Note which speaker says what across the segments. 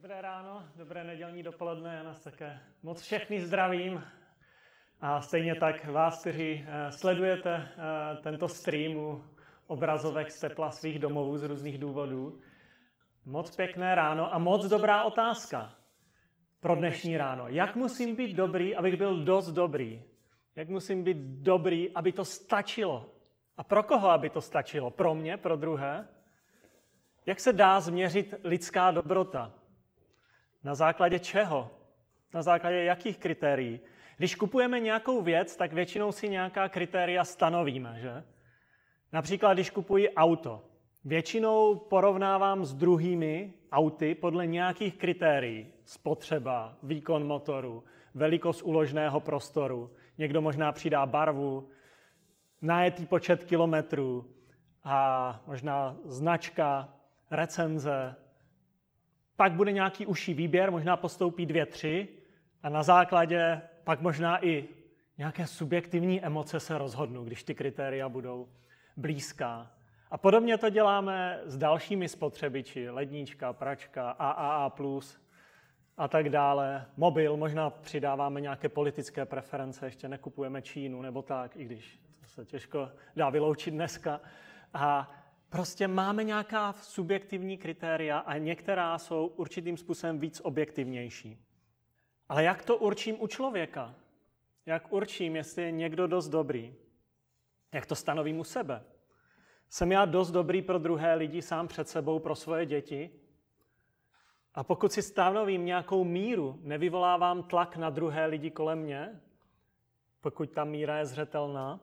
Speaker 1: Dobré ráno, dobré nedělní dopoledne, já nás také moc všechny zdravím. A stejně tak vás, kteří sledujete tento stream u obrazovek z tepla svých domovů z různých důvodů. Moc pěkné ráno a moc dobrá otázka pro dnešní ráno. Jak musím být dobrý, abych byl dost dobrý? Jak musím být dobrý, aby to stačilo? A pro koho, aby to stačilo? Pro mě, pro druhé? Jak se dá změřit lidská dobrota? Na základě čeho? Na základě jakých kritérií? Když kupujeme nějakou věc, tak většinou si nějaká kritéria stanovíme, že? Například, když kupuji auto. Většinou porovnávám s druhými auty podle nějakých kritérií. Spotřeba, výkon motoru, velikost úložného prostoru. Někdo možná přidá barvu, najetý počet kilometrů a možná značka, recenze. Pak bude nějaký užší výběr, možná postoupí 2, 3 a na základě pak možná i nějaké subjektivní emoce se rozhodnu, když ty kritéria budou blízká. A podobně to děláme s dalšími spotřebiči, lednička, pračka, AAA+, a tak dále. Mobil, možná přidáváme nějaké politické preference, ještě nekupujeme Čínu nebo tak, i když to se těžko dá vyloučit dneska. A prostě máme nějaká subjektivní kritéria a některá jsou určitým způsobem víc objektivnější. Ale jak to určím u člověka? Jak určím, jestli je někdo dost dobrý? Jak to stanovím u sebe? Jsem já dost dobrý pro druhé lidi sám před sebou, pro svoje děti? A pokud si stanovím nějakou míru, nevyvolávám tlak na druhé lidi kolem mě, pokud ta míra je zřetelná?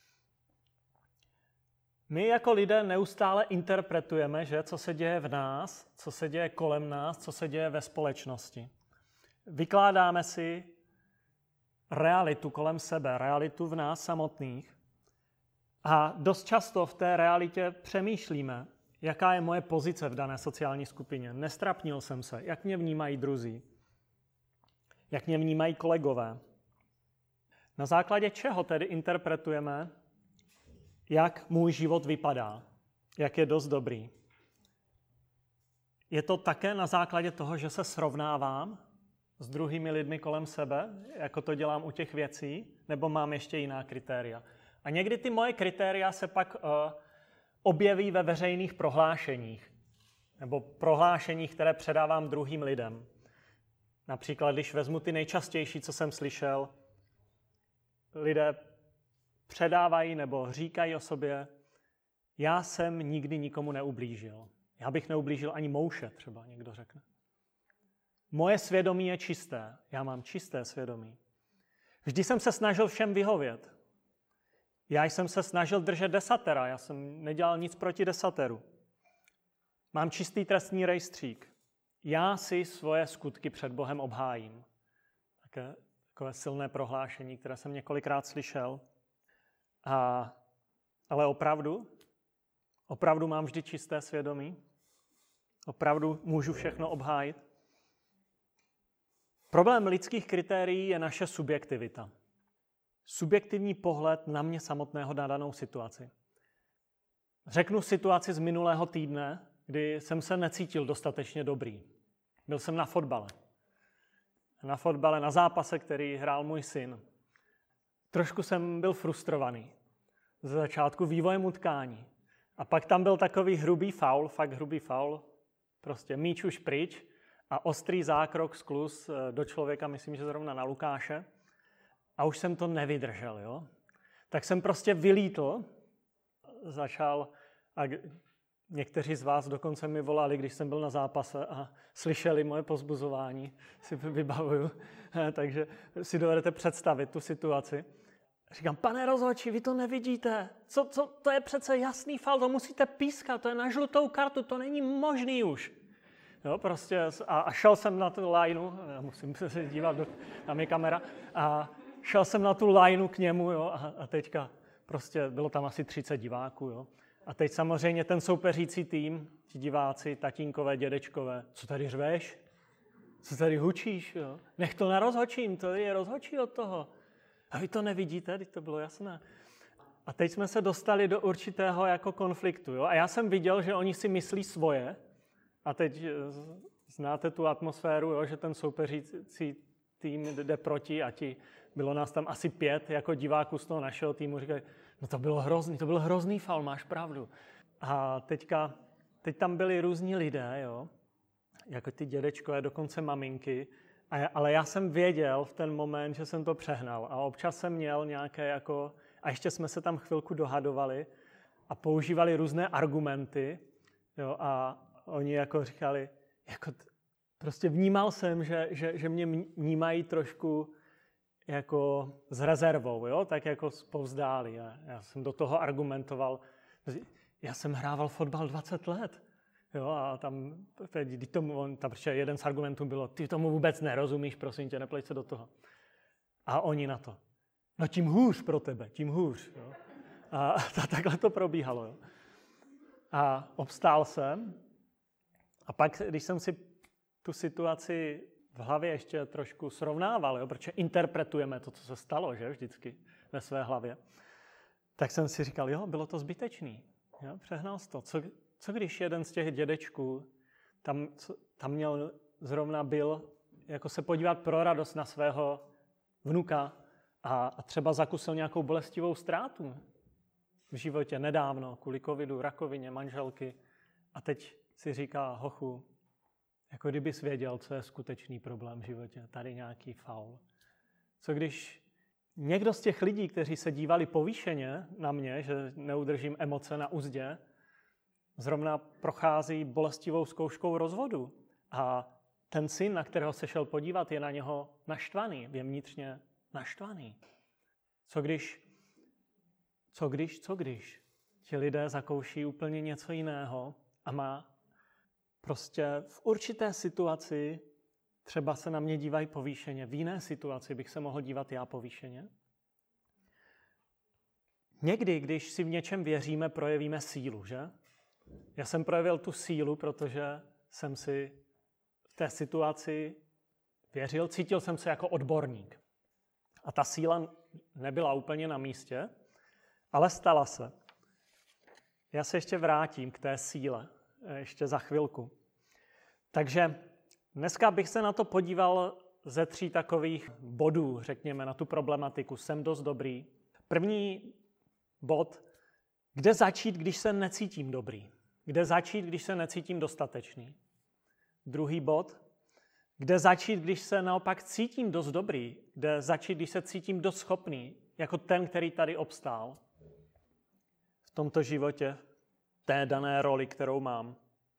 Speaker 1: My jako lidé neustále interpretujeme, že, co se děje v nás, co se děje kolem nás, co se děje ve společnosti. Vykládáme si realitu kolem sebe, realitu v nás samotných a dost často v té realitě přemýšlíme, jaká je moje pozice v dané sociální skupině. Nestrapnil jsem se, jak mě vnímají druzí, jak mě vnímají kolegové. Na základě čeho tedy interpretujeme, jak můj život vypadá, jak je dost dobrý. Je to také na základě toho, že se srovnávám s druhými lidmi kolem sebe, jako to dělám u těch věcí, nebo mám ještě jiná kritéria. A někdy ty moje kritéria se pak objeví ve veřejných prohlášeních, nebo prohlášeních, které předávám druhým lidem. Například, když vezmu ty nejčastější, co jsem slyšel, lidé předávají nebo říkají o sobě, já jsem nikdy nikomu neublížil. Já bych neublížil ani mouše, třeba někdo řekne. Moje svědomí je čisté. Já mám čisté svědomí. Vždy jsem se snažil všem vyhovět. Já jsem se snažil držet desatera. Já jsem nedělal nic proti desateru. Mám čistý trestní rejstřík. Já si svoje skutky před Bohem obhájím. Takové silné prohlášení, které jsem několikrát slyšel. Ale opravdu mám vždy čisté svědomí? Opravdu můžu všechno obhájit? Problém lidských kritérií je naše subjektivita. Subjektivní pohled na mě samotného na danou situaci. Řeknu situaci z minulého týdne, kdy jsem se necítil dostatečně dobrý. Byl jsem na fotbale. Na zápase, který hrál můj syn. Trošku jsem byl frustrovaný ze začátku vývojem utkání. A pak tam byl takový fakt hrubý faul, prostě míč už pryč a ostrý zákrok skluz do člověka, myslím, že zrovna na Lukáše. A už jsem to nevydržel, jo. Tak jsem prostě vylítl, začal, a někteří z vás dokonce mi volali, když jsem byl na zápase a slyšeli moje povzbuzování, si vybavuju, takže si dovedete představit tu situaci. Říkám, pane rozhodčí, vy to nevidíte. To je přece jasný faul, to musíte pískat, to je na žlutou kartu, to není možný už. Jo, prostě a šel jsem na tu lineu, musím se dívat, tam je kamera, a šel jsem na tu lineu k němu, jo, a teďka prostě bylo tam asi 30 diváků, jo. A teď samozřejmě ten soupeřící tým, ti diváci, tatínkové, dědečkové, co tady řveš? Co tady hučíš, jo? Nech to na rozhodčím, to je rozhodčí od toho. A vy to nevidíte, teď to bylo jasné. A teď jsme se dostali do určitého jako konfliktu. Jo? A já jsem viděl, že oni si myslí svoje. A teď znáte tu atmosféru, jo, že ten soupeřící tým jde proti a bylo nás tam asi 5 jako diváků z toho našeho týmu, říkají, no to byl hrozný faul, máš pravdu. A teď tam byli různí lidé, jo, jako ty dědečkové, dokonce maminky, ale já jsem věděl v ten moment, že jsem to přehnal a občas jsem měl nějaké jako, a ještě jsme se tam chvilku dohadovali a používali různé argumenty, jo, a oni jako říkali, jako prostě vnímal jsem, že mě vnímají trošku jako s rezervou, jo, tak jako zpovzdáli. Já jsem do toho argumentoval, já jsem hrával fotbal 20 let, jo, a tam protože jeden z argumentů bylo, ty tomu vůbec nerozumíš, prosím tě, neplej se do toho. A oni na to, no tím hůř pro tebe, tím hůř. Jo. A takhle to probíhalo. Jo. A obstál jsem a pak, když jsem si tu situaci v hlavě ještě trošku srovnával, jo, protože interpretujeme to, co se stalo, že vždycky ve své hlavě, tak jsem si říkal, jo, bylo to zbytečný. Jo, přehnal jsi to. Co když jeden z těch dědečků tam byl jako se podívat pro radost na svého vnuka a třeba zakusil nějakou bolestivou ztrátu v životě nedávno, kvůli covidu, rakovině, manželky. A teď si říká, hochu, jako kdybys věděl, co je skutečný problém v životě, tady nějaký faul. Co když někdo z těch lidí, kteří se dívali povýšeně na mě, že neudržím emoce na uzdě, zrovna prochází bolestivou zkouškou rozvodu a ten syn, na kterého se šel podívat, je na něho naštvaný, je vnitřně naštvaný. Co když ti lidé zakouší úplně něco jiného a má prostě v určité situaci třeba se na mě dívají povýšeně, v jiné situaci bych se mohl dívat já povýšeně. Někdy, když si v něčem věříme, projevíme sílu, že? Já jsem projevil tu sílu, protože jsem si v té situaci věřil, cítil jsem se jako odborník. A ta síla nebyla úplně na místě, ale stala se. Já se ještě vrátím k té síle, ještě za chvilku. Takže dneska bych se na to podíval ze 3 takových bodů, řekněme, na tu problematiku. Jsem dost dobrý. První bod, kde začít, když se necítím dobrý. Kde začít, když se necítím dostatečný. Druhý bod, kde začít, když se naopak cítím dost dobrý. Kde začít, když se cítím dost schopný, jako ten, který tady obstál v tomto životě, té dané roli, kterou mám.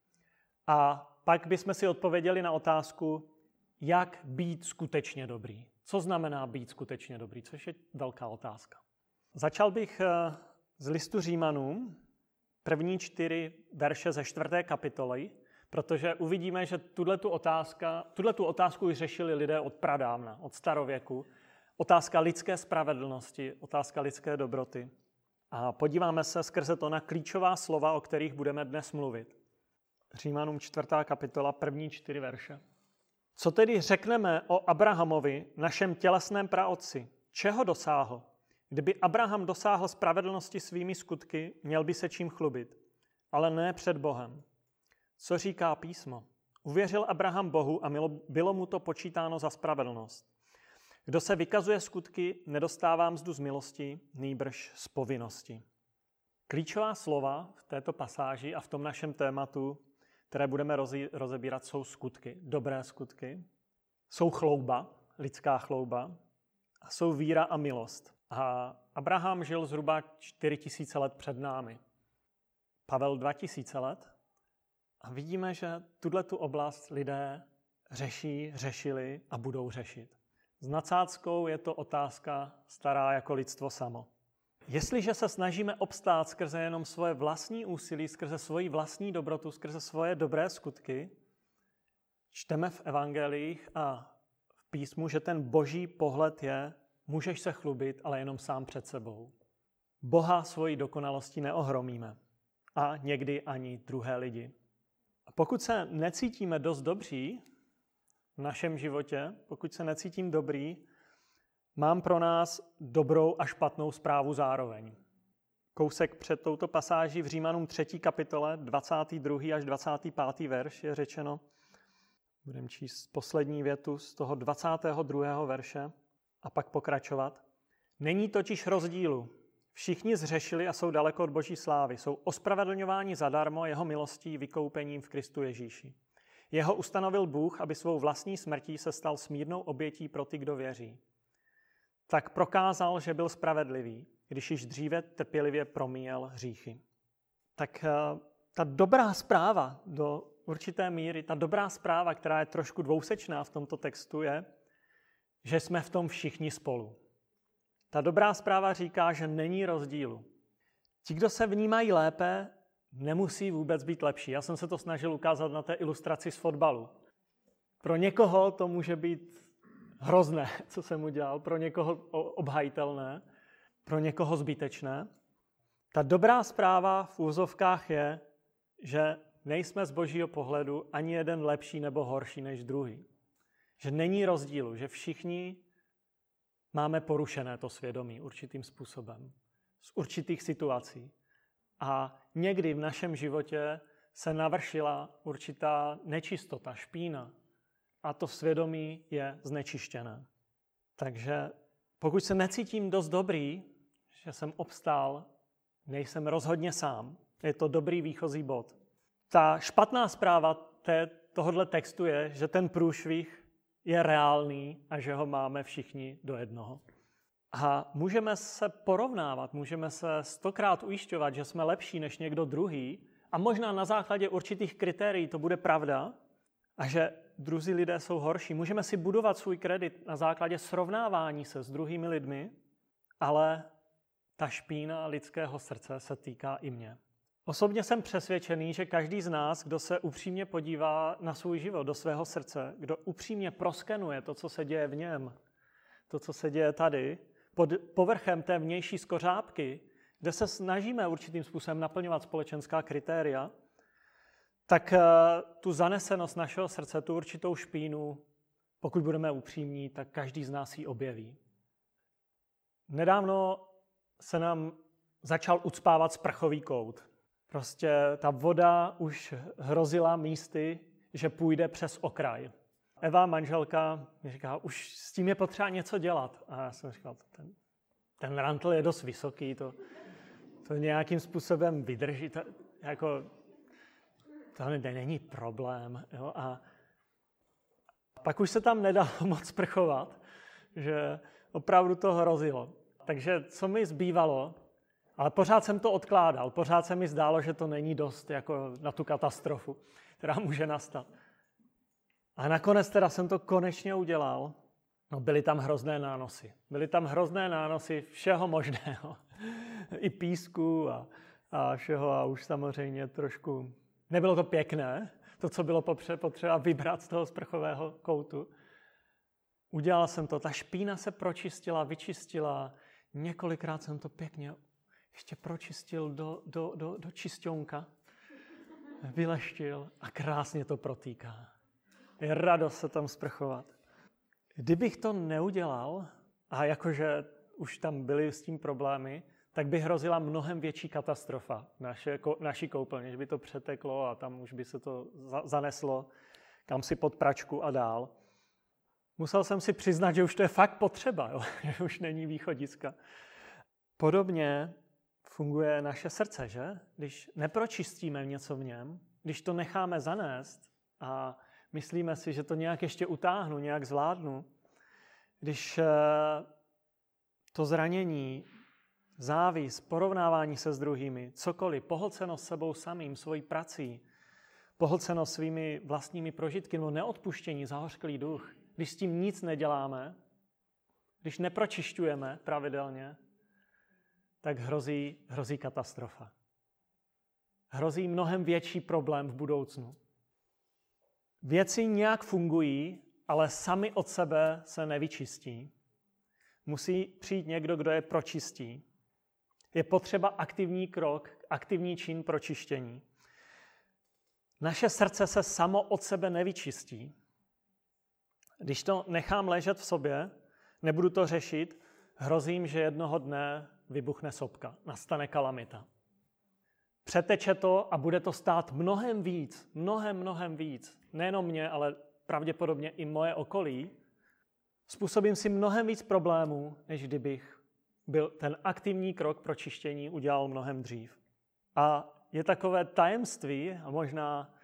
Speaker 1: A pak bychom si odpověděli na otázku, jak být skutečně dobrý. Co znamená být skutečně dobrý, což je velká otázka. Začal bych z listu Římanům, první 4 verše ze 4. kapitoly, protože uvidíme, že tuhletu otázku už řešili lidé od pradávna, od starověku. Otázka lidské spravedlnosti, otázka lidské dobroty. A podíváme se skrze to na klíčová slova, o kterých budeme dnes mluvit. Římanům 4. kapitola, první 4 verše. Co tedy řekneme o Abrahamovi, našem tělesném praotci? Čeho dosáhl? Kdyby Abraham dosáhl spravedlnosti svými skutky, měl by se čím chlubit, ale ne před Bohem. Co říká písmo? Uvěřil Abraham Bohu a bylo mu to počítáno za spravedlnost. Kdo se vykazuje skutky, nedostává mzdu z milosti, nýbrž z povinnosti. Klíčová slova v této pasáži a v tom našem tématu, které budeme rozebírat, jsou skutky, dobré skutky, jsou chlouba, lidská chlouba, a jsou víra a milost. A Abraham žil zhruba 4000 let před námi. Pavel 2000 let. A vidíme, že tuto oblast lidé řešili a budou řešit. S nadsázkou je to otázka stará jako lidstvo samo. Jestliže se snažíme obstát skrze jenom svoje vlastní úsilí, skrze svoji vlastní dobrotu, skrze svoje dobré skutky, čteme v evangelích a v písmu, že ten boží pohled je, můžeš se chlubit, ale jenom sám před sebou. Boha svojí dokonalostí neohromíme a někdy ani druhé lidi. A pokud se necítíme dost dobří v našem životě, pokud se necítím dobrý, mám pro nás dobrou a špatnou zprávu zároveň. Kousek před touto pasáží v Římanům 3. kapitole, 22. až 25. verš je řečeno: Budeme číst poslední větu z toho 22. verše a pak pokračovat. Není totiž rozdílu. Všichni zřešili a jsou daleko od Boží slávy. Jsou ospravedlňováni zadarmo jeho milostí vykoupením v Kristu Ježíši. Jeho ustanovil Bůh, aby svou vlastní smrtí se stal smírnou obětí pro ty, kdo věří. Tak prokázal, že byl spravedlivý, když již dříve trpělivě promíjel hříchy. Tak ta dobrá zpráva do určité míry, ta dobrá zpráva, která je trošku dvousečná v tomto textu, je, že jsme v tom všichni spolu. Ta dobrá zpráva říká, že není rozdílu. Ti, kdo se vnímají lépe, nemusí vůbec být lepší. Já jsem se to snažil ukázat na té ilustraci z fotbalu. Pro někoho to může být hrozné, co jsem udělal, pro někoho obhajitelné, pro někoho zbytečné. Ta dobrá zpráva v úzovkách je, že nejsme z Božího pohledu ani jeden lepší nebo horší než druhý. Že není rozdílu, že všichni máme porušené to svědomí určitým způsobem, z určitých situací. A někdy v našem životě se navršila určitá nečistota, špína. A to svědomí je znečištěné. Takže pokud se necítím dost dobrý, že jsem obstál, nejsem rozhodně sám. Je to dobrý výchozí bod. Ta špatná zpráva tohoto textu je, že ten průšvih je reálný a že ho máme všichni do jednoho. A můžeme se porovnávat, můžeme se 100krát ujišťovat, že jsme lepší než někdo druhý a možná na základě určitých kritérií to bude pravda a že druzí lidé jsou horší. Můžeme si budovat svůj kredit na základě srovnávání se s druhými lidmi, ale ta špína lidského srdce se týká i mě. Osobně jsem přesvědčený, že každý z nás, kdo se upřímně podívá na svůj život, do svého srdce, kdo upřímně proskenuje to, co se děje v něm, to, co se děje tady, pod povrchem té vnější skořápky, kde se snažíme určitým způsobem naplňovat společenská kritéria, tak tu zanesenost našeho srdce, tu určitou špínu, pokud budeme upřímní, tak každý z nás ji objeví. Nedávno se nám začal ucpávat sprchový kout. Prostě ta voda už hrozila místy, že půjde přes okraj. Eva, manželka, mi říká, už s tím je potřeba něco dělat. A já jsem říkal, ten rantl je dost vysoký, to nějakým způsobem vydrží. To není problém. Jo? A pak už se tam nedalo moc sprchovat, že opravdu to hrozilo. Takže co mi zbývalo, ale pořád jsem to odkládal, pořád se mi zdálo, že to není dost jako na tu katastrofu, která může nastat. A nakonec teda jsem to konečně udělal. No, byly tam hrozné nánosy. Byly tam hrozné nánosy všeho možného. I písku a všeho a už samozřejmě trošku... Nebylo to pěkné, to, co bylo potřeba vybrat z toho sprchového koutu. Udělal jsem to, ta špína se pročistila, vyčistila. Několikrát jsem to pěkně ještě pročistil do čisťonka. Vyleštil a krásně to protýká. Je radost se tam sprchovat. Kdybych to neudělal, a jakože už tam byly s tím problémy, tak by hrozila mnohem větší katastrofa naší koupelně, že by to přeteklo a tam už by se to zaneslo kam si pod pračku a dál. Musel jsem si přiznat, že už to je fakt potřeba, jo? Že už není východiska. Podobně funguje naše srdce, že? Když nepročistíme něco v něm, když to necháme zanést a myslíme si, že to nějak ještě utáhnu, nějak zvládnu, když to zranění, závis, porovnávání se s druhými, cokoliv, pohlceno sebou samým, svojí prací, pohlceno svými vlastními prožitky, no neodpuštění, zahořklý duch, když s tím nic neděláme, když nepročišťujeme pravidelně, tak hrozí katastrofa. Hrozí mnohem větší problém v budoucnu. Věci nějak fungují, ale sami od sebe se nevyčistí. Musí přijít někdo, kdo je pročistí. Je potřeba aktivní krok, aktivní čin pročištění. Naše srdce se samo od sebe nevyčistí. Když to nechám ležet v sobě, nebudu to řešit, hrozím, že jednoho dne vybuchne sopka, nastane kalamita. Přeteče to a bude to stát mnohem víc, mnohem víc. Nejenom mě, ale pravděpodobně i moje okolí, způsobím si mnohem víc problémů, než kdybych byl ten aktivní krok pro čištění udělal mnohem dřív. A je takové tajemství, a možná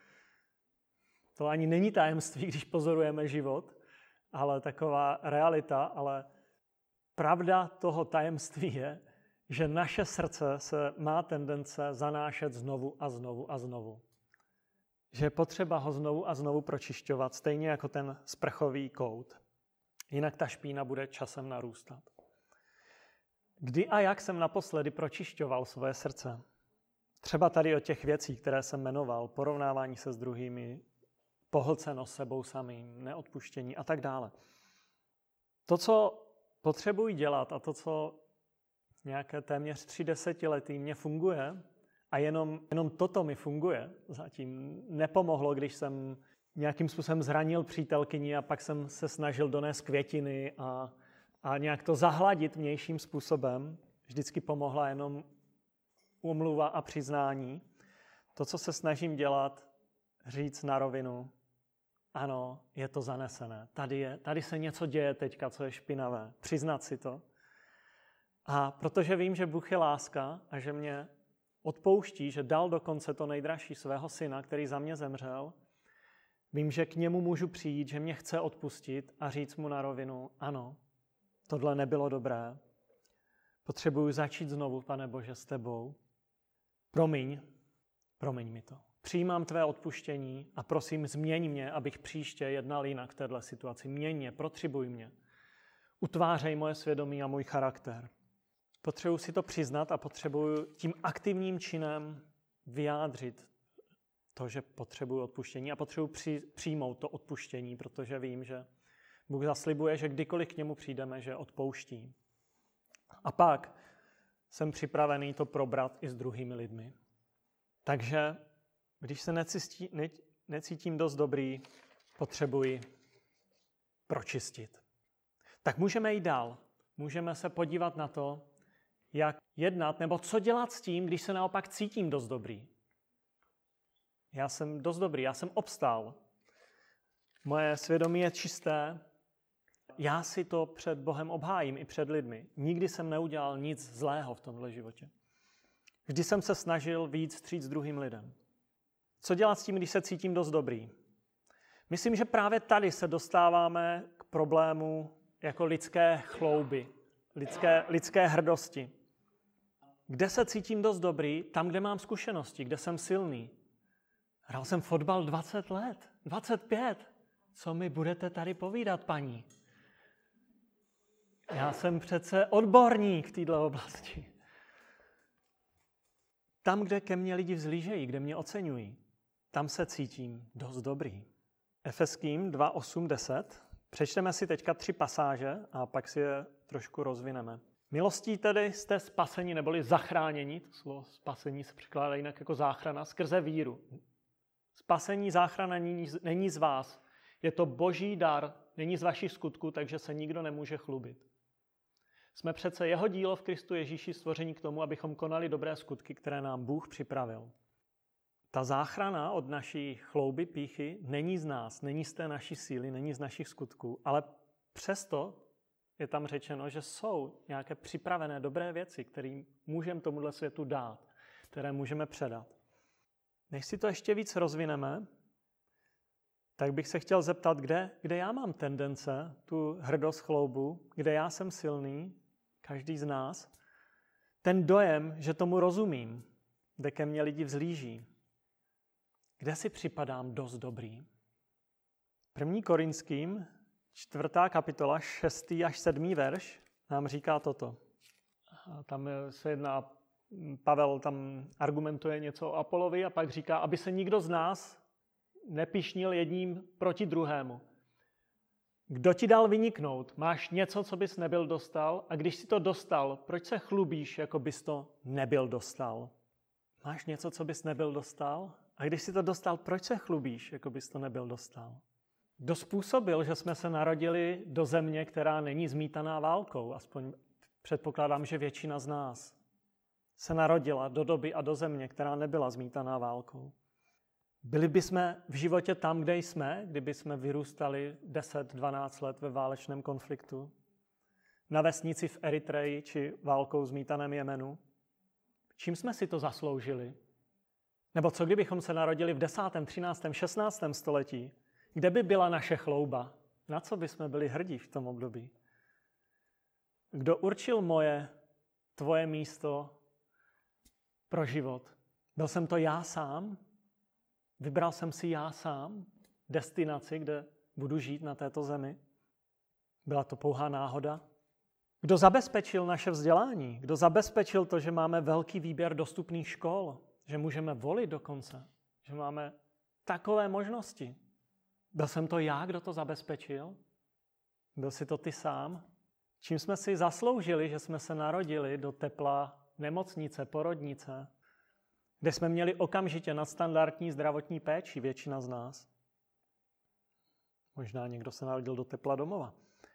Speaker 1: to ani není tajemství, když pozorujeme život, ale taková realita, ale pravda toho tajemství je, že naše srdce se má tendence zanášet znovu a znovu a znovu. Že je potřeba ho znovu a znovu pročišťovat, stejně jako ten sprchový kout. Jinak ta špína bude časem narůstat. Kdy a jak jsem naposledy pročišťoval svoje srdce? Třeba tady o těch věcí, které jsem jmenoval, porovnávání se s druhými, pohlcenost sebou samým, neodpuštění a tak dále. To, co potřebuji dělat a to, co nějaké téměř 3 desetiletí mě funguje, a jenom toto mi funguje, zatím nepomohlo, když jsem nějakým způsobem zranil přítelkyni a pak jsem se snažil donést květiny a nějak to zahladit vnějším způsobem. Vždycky pomohla jenom omluva a přiznání. To, co se snažím dělat, říct na rovinu, ano, je to zanesené. Tady se něco děje teďka, co je špinavé. Přiznat si to. A protože vím, že Bůh je láska a že mě odpouští, že dal dokonce to nejdražší svého syna, který za mě zemřel, vím, že k němu můžu přijít, že mě chce odpustit a říct mu na rovinu, ano, tohle nebylo dobré. Potřebuju začít znovu, Pane Bože, s tebou. Promiň mi to. Přijímám tvé odpuštění a prosím, změň mě, abych příště jednal jinak v této situaci. Měň mě, protřibuj mě. Utvářej moje svědomí a můj charakter. Potřebuji si to přiznat a potřebuji tím aktivním činem vyjádřit to, že potřebuji odpuštění a potřebuji přijmout to odpuštění, protože vím, že Bůh zaslibuje, že kdykoliv k němu přijdeme, že odpouští. A pak jsem připravený to probrat i s druhými lidmi. Takže když se necítím dost dobrý, potřebuji pročistit. Tak můžeme jít dál. Můžeme se podívat na to, jak jednat, nebo co dělat s tím, když se naopak cítím dost dobrý. Já jsem dost dobrý, já jsem obstál. Moje svědomí je čisté, já si to před Bohem obhájím i před lidmi. Nikdy jsem neudělal nic zlého v tomhle životě. Vždy jsem se snažil vyjít vstříc druhým lidem. Co dělat s tím, když se cítím dost dobrý? Myslím, že právě tady se dostáváme k problému jako lidské chlouby, lidské hrdosti. Kde se cítím dost dobrý? Tam, kde mám zkušenosti, kde jsem silný. Hrál jsem fotbal 20 let, 25. Co mi budete tady povídat, paní? Já jsem přece odborník v této oblasti. Tam, kde ke mně lidi vzlížejí, kde mě oceňují, tam se cítím dost dobrý. Efeským 2, 8, 10. Přečteme si teďka 3 pasáže a pak si je trošku rozvineme. Milostí tedy jste spaseni, neboli zachráněni, to slovo spasení se překládá jinak jako záchrana, skrze víru. Spasení, záchrana není z vás. Je to boží dar, není z vašich skutků, takže se nikdo nemůže chlubit. Jsme přece jeho dílo v Kristu Ježíši stvoření k tomu, abychom konali dobré skutky, které nám Bůh připravil. Ta záchrana od naší chlouby, pýchy není z nás, není z té naší síly, není z našich skutků, ale přesto je tam řečeno, že jsou nějaké připravené dobré věci, které můžeme tomuhle světu dát, které můžeme předat. Než si to ještě víc rozvineme, tak bych se chtěl zeptat, kde já mám tendence, tu hrdost, chloubu, kde já jsem silný, každý z nás, ten dojem, že tomu rozumím, kde ke mně lidi vzlíží, kde si připadám dost dobrý. 1. Korinským, 4. kapitola, 6. až 7. verš nám říká toto. Tam se jedná, Pavel tam argumentuje něco o Apolovi a pak říká, aby se nikdo z nás nepyšnil jedním proti druhému. Kdo ti dal vyniknout? Máš něco, co bys nebyl dostal? A když jsi to dostal, proč se chlubíš, jako bys to nebyl dostal? Máš něco, co bys nebyl dostal? A když jsi to dostal, proč se chlubíš, jako bys to nebyl dostal? Kdo způsobil, že jsme se narodili do země, která není zmítaná válkou? Aspoň předpokládám, že většina z nás se narodila do doby a do země, která nebyla zmítaná válkou. Byli bychom v životě tam, kde jsme, kdyby jsme vyrůstali 10-12 let ve válečném konfliktu? Na vesnici v Eritreji či válkou zmítaném Jemenu? Čím jsme si to zasloužili? Nebo co kdybychom se narodili v 10., 13., 16. století? Kde by byla naše chlouba? Na co bychom byli hrdí v tom období? Kdo určil tvoje místo pro život? Byl jsem to já sám? Vybral jsem si já sám destinaci, kde budu žít na této zemi? Byla to pouhá náhoda? Kdo zabezpečil naše vzdělání? Kdo zabezpečil to, že máme velký výběr dostupných škol? Že můžeme volit dokonce? Že máme takové možnosti? Byl jsem to já, kdo to zabezpečil? Byl jsi to ty sám? Čím jsme si zasloužili, že jsme se narodili do tepla nemocnice, porodnice, kde jsme měli okamžitě nadstandardní zdravotní péči, většina z nás? Možná někdo se narodil do tepla domova.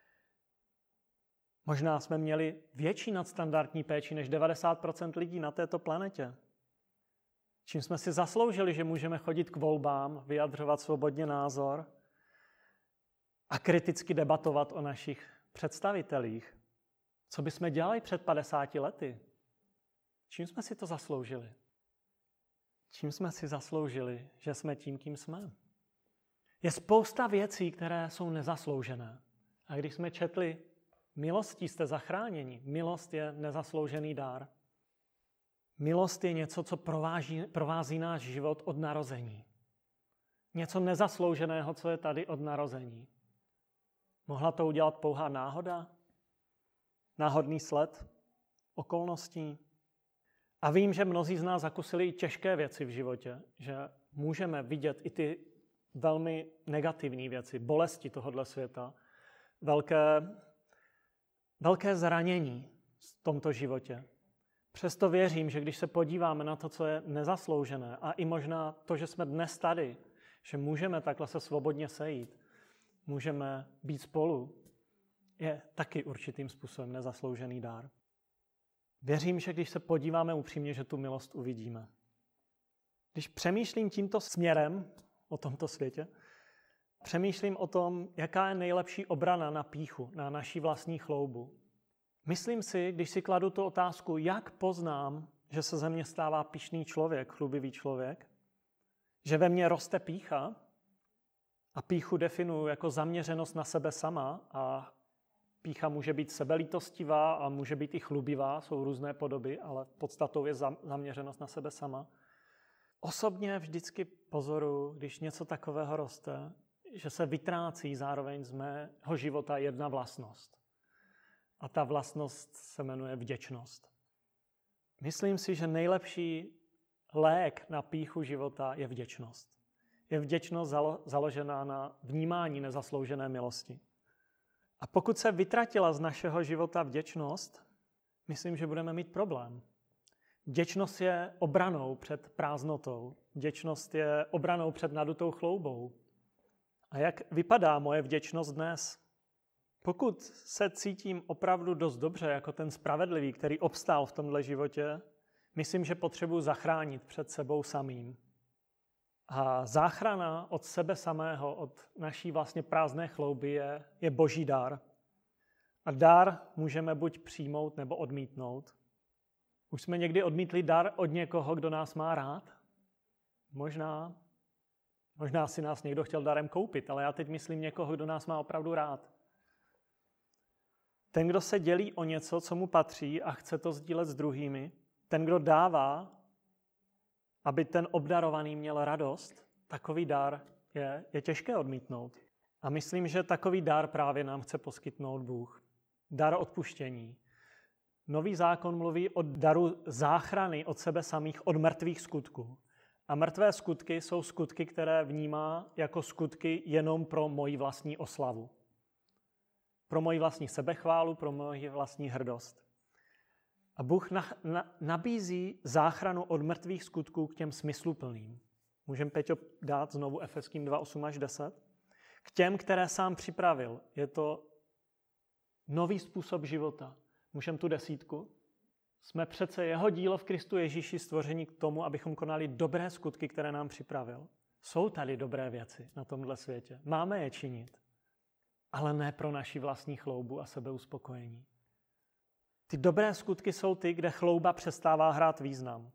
Speaker 1: Možná jsme měli větší nadstandardní péči než 90% lidí na této planetě. Čím jsme si zasloužili, že můžeme chodit k volbám, vyjadřovat svobodně názor a kriticky debatovat o našich představitelích. Co bychom dělali před 50 lety? Čím jsme si to zasloužili? Čím jsme si zasloužili, že jsme tím, kým jsme? Je spousta věcí, které jsou nezasloužené. A když jsme četli milostí jste zachráněni, milost je nezasloužený dár. Milost je něco, co provází náš život od narození. Něco nezaslouženého, co je tady od narození. Mohla to udělat pouhá náhoda? Náhodný sled okolností? A vím, že mnozí z nás zakusili i těžké věci v životě, že můžeme vidět i ty velmi negativní věci, bolesti tohoto světa, velké zranění v tomto životě. Přesto věřím, že když se podíváme na to, co je nezasloužené a i možná to, že jsme dnes tady, že můžeme takhle se svobodně sejít, můžeme být spolu, je taky určitým způsobem nezasloužený dár. Věřím, že když se podíváme upřímně, že tu milost uvidíme. Když přemýšlím tímto směrem o tomto světě, přemýšlím o tom, jaká je nejlepší obrana na pýchu, na naší vlastní chloubu. Myslím si, když si kladu tu otázku, jak poznám, že se ze mě stává pyšný člověk, chlubivý člověk, že ve mně roste pýcha a pýchu definuji jako zaměřenost na sebe sama a pýcha může být sebelítostivá a může být i chlubivá, jsou různé podoby, ale podstatou je zaměřenost na sebe sama. Osobně vždycky pozoruji, když něco takového roste, že se vytrácí zároveň z mého života jedna vlastnost. A ta vlastnost se jmenuje vděčnost. Myslím si, že nejlepší lék na pýchu života je vděčnost. Je vděčnost založená na vnímání nezasloužené milosti. A pokud se vytratila z našeho života vděčnost, myslím, že budeme mít problém. Vděčnost je obranou před prázdnotou. Vděčnost je obranou před nadutou chloubou. A jak vypadá moje vděčnost dnes? Pokud se cítím opravdu dost dobře jako ten spravedlivý, který obstál v tomhle životě, myslím, že potřebuji zachránit před sebou samým. A záchrana od sebe samého, od naší vlastně prázdné chlouby je boží dar. A dar můžeme buď přijmout nebo odmítnout. Už jsme někdy odmítli dar od někoho, kdo nás má rád? Možná si nás někdo chtěl darem koupit, ale já teď myslím někoho, kdo nás má opravdu rád. Ten, kdo se dělí o něco, co mu patří a chce to sdílet s druhými, ten, kdo dává, aby ten obdarovaný měl radost, takový dar je těžké odmítnout. A myslím, že takový dar právě nám chce poskytnout Bůh. Dar odpuštění. Nový zákon mluví o daru záchrany od sebe samých, od mrtvých skutků. A mrtvé skutky jsou skutky, které vnímá jako skutky jenom pro moji vlastní oslavu. Pro moji vlastní sebechválu, pro moji vlastní hrdost. A Bůh nabízí záchranu od mrtvých skutků k těm smysluplným. Můžeme, Peťo, dát znovu Efeským 2:8-10? K těm, které sám připravil. Je to nový způsob života. Můžeme tu 10? Jsme přece jeho dílo v Kristu Ježíši stvoření k tomu, abychom konali dobré skutky, které nám připravil. Jsou tady dobré věci na tomhle světě. Máme je činit, ale ne pro naši vlastní chloubu a sebeuspokojení. Ty dobré skutky jsou ty, kde chlouba přestává hrát význam.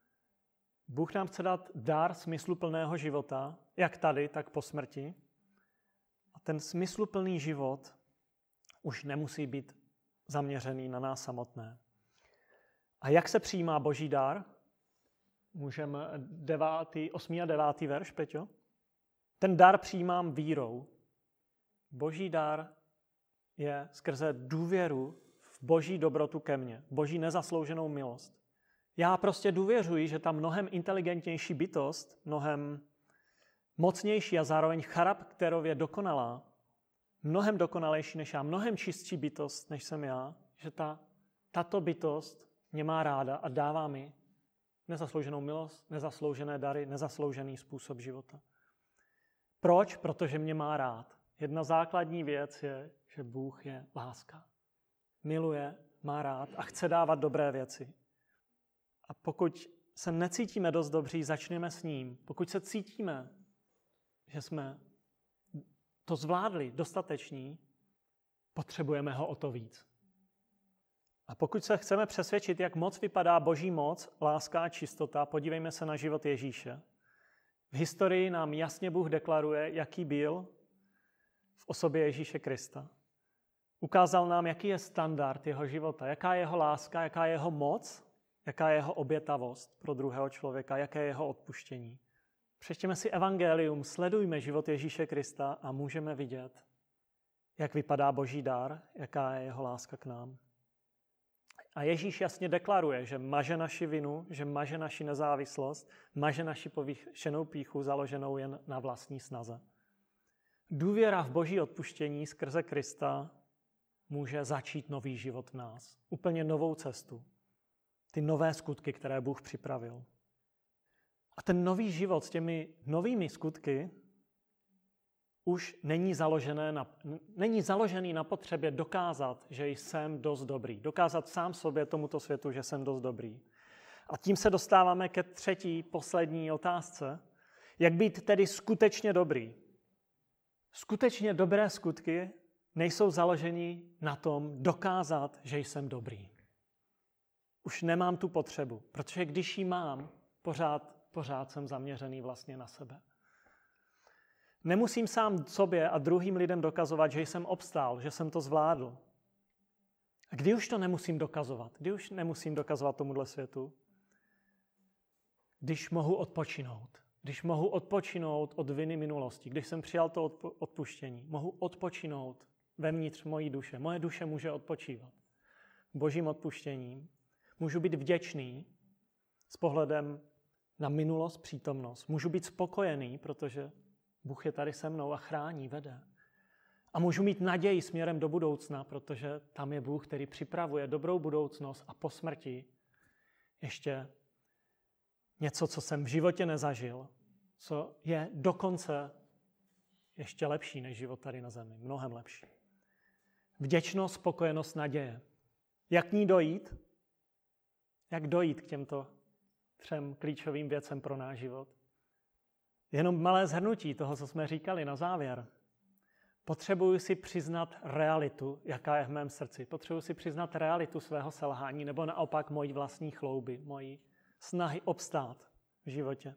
Speaker 1: Bůh nám chce dát dar smysluplného života, jak tady, tak po smrti. A ten smysluplný život už nemusí být zaměřený na nás samotné. A jak se přijímá Boží dar? Můžeme 8. a 9. verš, Peťo? Ten dar přijímám vírou. Boží dar je skrze důvěru v Boží dobrotu ke mně, Boží nezaslouženou milost. Já prostě důvěřuji, že ta mnohem inteligentnější bytost, mnohem mocnější a zároveň charakterově dokonalá, mnohem dokonalejší než já, mnohem čistší bytost, než jsem já, že tato bytost mě má ráda a dává mi nezaslouženou milost, nezasloužené dary, nezasloužený způsob života. Proč? Protože mě má rád. Jedna základní věc je, že Bůh je láska. Miluje, má rád a chce dávat dobré věci. A pokud se necítíme dost dobří, začneme s ním. Pokud se cítíme, že jsme to zvládli dostateční, potřebujeme ho o to víc. A pokud se chceme přesvědčit, jak moc vypadá Boží moc, láska a čistota, podívejme se na život Ježíše. V historii nám jasně Bůh deklaruje, jaký byl v osobě Ježíše Krista. Ukázal nám, jaký je standard jeho života, jaká je jeho láska, jaká je jeho moc, jaká je jeho obětavost pro druhého člověka, jaké je jeho odpuštění. Přečtěme si evangelium, sledujme život Ježíše Krista a můžeme vidět, jak vypadá Boží dar, jaká je jeho láska k nám. A Ježíš jasně deklaruje, že maže naši vinu, že maže naši nezávislost, maže naši povýšenou pýchu založenou jen na vlastní snaze. Důvěra v Boží odpuštění skrze Krista může začít nový život v nás. Úplně novou cestu. Ty nové skutky, které Bůh připravil. A ten nový život s těmi novými skutky už není založený na potřebě dokázat, že jsem dost dobrý. Dokázat sám sobě tomuto světu, že jsem dost dobrý. A tím se dostáváme ke třetí, poslední otázce. Jak být tedy skutečně dobrý? Skutečně dobré skutky nejsou založeni na tom dokázat, že jsem dobrý. Už nemám tu potřebu, protože když ji mám, pořád jsem zaměřený vlastně na sebe. Nemusím sám sobě a druhým lidem dokazovat, že jsem obstál, že jsem to zvládl. A kdy už to nemusím dokazovat? Kdy už nemusím dokazovat tomuhle světu? Když mohu odpočinout. Když mohu odpočinout od viny minulosti. Když jsem přijal to odpuštění. Mohu odpočinout vevnitř mojí duše. Moje duše může odpočívat. Božím odpuštěním. Můžu být vděčný s pohledem na minulost, přítomnost. Můžu být spokojený, protože Bůh je tady se mnou a chrání, vede. A můžu mít naději směrem do budoucna, protože tam je Bůh, který připravuje dobrou budoucnost a po smrti ještě něco, co jsem v životě nezažil, co je dokonce ještě lepší než život tady na zemi. Mnohem lepší. Vděčnost, spokojenost, naděje. Jak k ní dojít? Jak dojít k těmto 3 klíčovým věcem pro náš život? Jenom malé shrnutí toho, co jsme říkali na závěr. Potřebuji si přiznat realitu, jaká je v mém srdci. Potřebuji si přiznat realitu svého selhání, nebo naopak mojí vlastní chlouby, mojí snahy obstát v životě.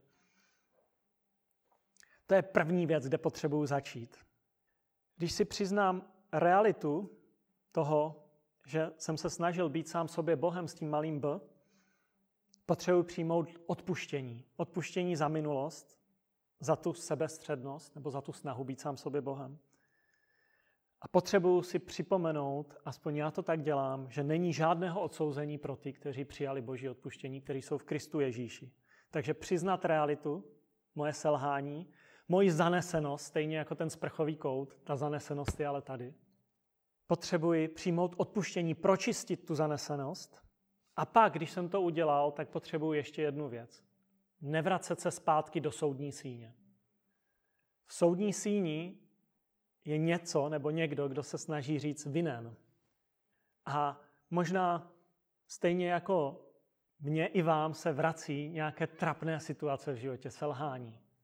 Speaker 1: To je první věc, kde potřebuji začít. Když si přiznám realitu toho, že jsem se snažil být sám sobě Bohem s tím malým B, potřebuji přijmout odpuštění. Odpuštění za minulost, za tu sebestřednost nebo za tu snahu být sám sobě Bohem. A potřebuji si připomenout, aspoň já to tak dělám, že není žádného odsouzení pro ty, kteří přijali Boží odpuštění, kteří jsou v Kristu Ježíši. Takže přiznat realitu, moje selhání, moji zanesenost, stejně jako ten sprchový kout, ta zanesenost je ale tady. Potřebuji přijmout odpuštění, pročistit tu zanesenost. A pak, když jsem to udělal, tak potřebuji ještě jednu věc. Nevracet se zpátky do soudní síně. V soudní síni je něco nebo někdo, kdo se snaží říct vinen. A možná stejně jako mně i vám se vrací nějaké trapné situace v životě, selhání.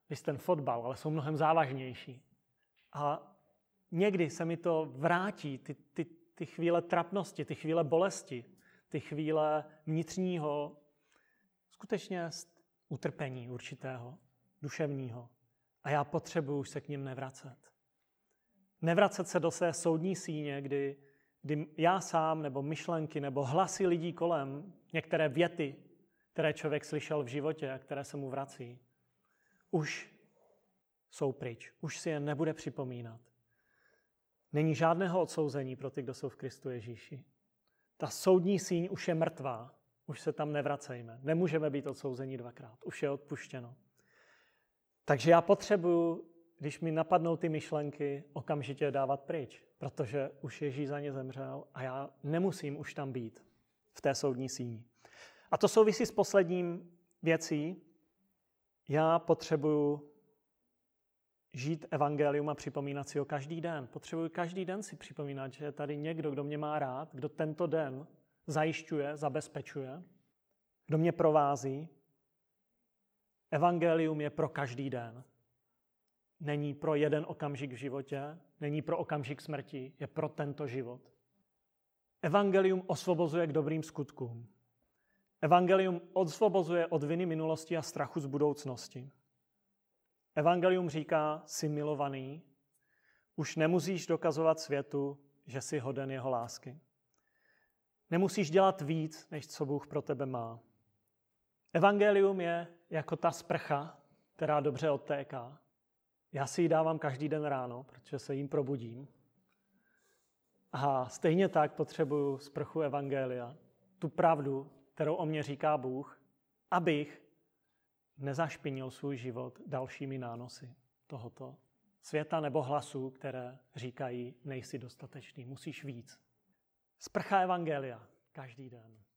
Speaker 1: než ten fotbal, ale jsou mnohem závažnější. A někdy se mi to vrátí, ty chvíle trapnosti, ty chvíle bolesti, ty chvíle vnitřního, skutečně utrpení určitého, duševního. A já potřebuji už se k nim nevracet. Nevracet se do své soudní síně, kdy já sám, nebo myšlenky, nebo hlasy lidí kolem, některé věty, které člověk slyšel v životě a které se mu vrací, už jsou pryč. Už si je nebude připomínat. Není žádného odsouzení pro ty, kdo jsou v Kristu Ježíši. Ta soudní síň už je mrtvá. Už se tam nevracejme. Nemůžeme být odsouzení dvakrát. Už je odpuštěno. Takže já potřebuji, když mi napadnou ty myšlenky, okamžitě je dávat pryč, protože už Ježíš za ně zemřel a já nemusím už tam být v té soudní síni. A to souvisí s posledním věcí. Já potřebuji žít evangelium a připomínat si ho každý den. Potřebuji každý den si připomínat, že je tady někdo, kdo mě má rád, kdo tento den zajišťuje, zabezpečuje, kdo mě provází. Evangelium je pro každý den. Není pro jeden okamžik v životě, není pro okamžik smrti, je pro tento život. Evangelium osvobozuje k dobrým skutkům. Evangelium osvobozuje od viny minulosti a strachu z budoucnosti. Evangelium říká, jsi milovaný, už nemusíš dokazovat světu, že jsi hoden jeho lásky. Nemusíš dělat víc, než co Bůh pro tebe má. Evangelium je jako ta sprcha, která dobře odtéká. Já si ji dávám každý den ráno, protože se jím probudím. A stejně tak potřebuju sprchu evangelia, tu pravdu, kterou o mě říká Bůh, abych nezašpinil svůj život dalšími nánosy tohoto světa nebo hlasů, které říkají, nejsi dostatečný, musíš víc. Sprcha evangelia každý den.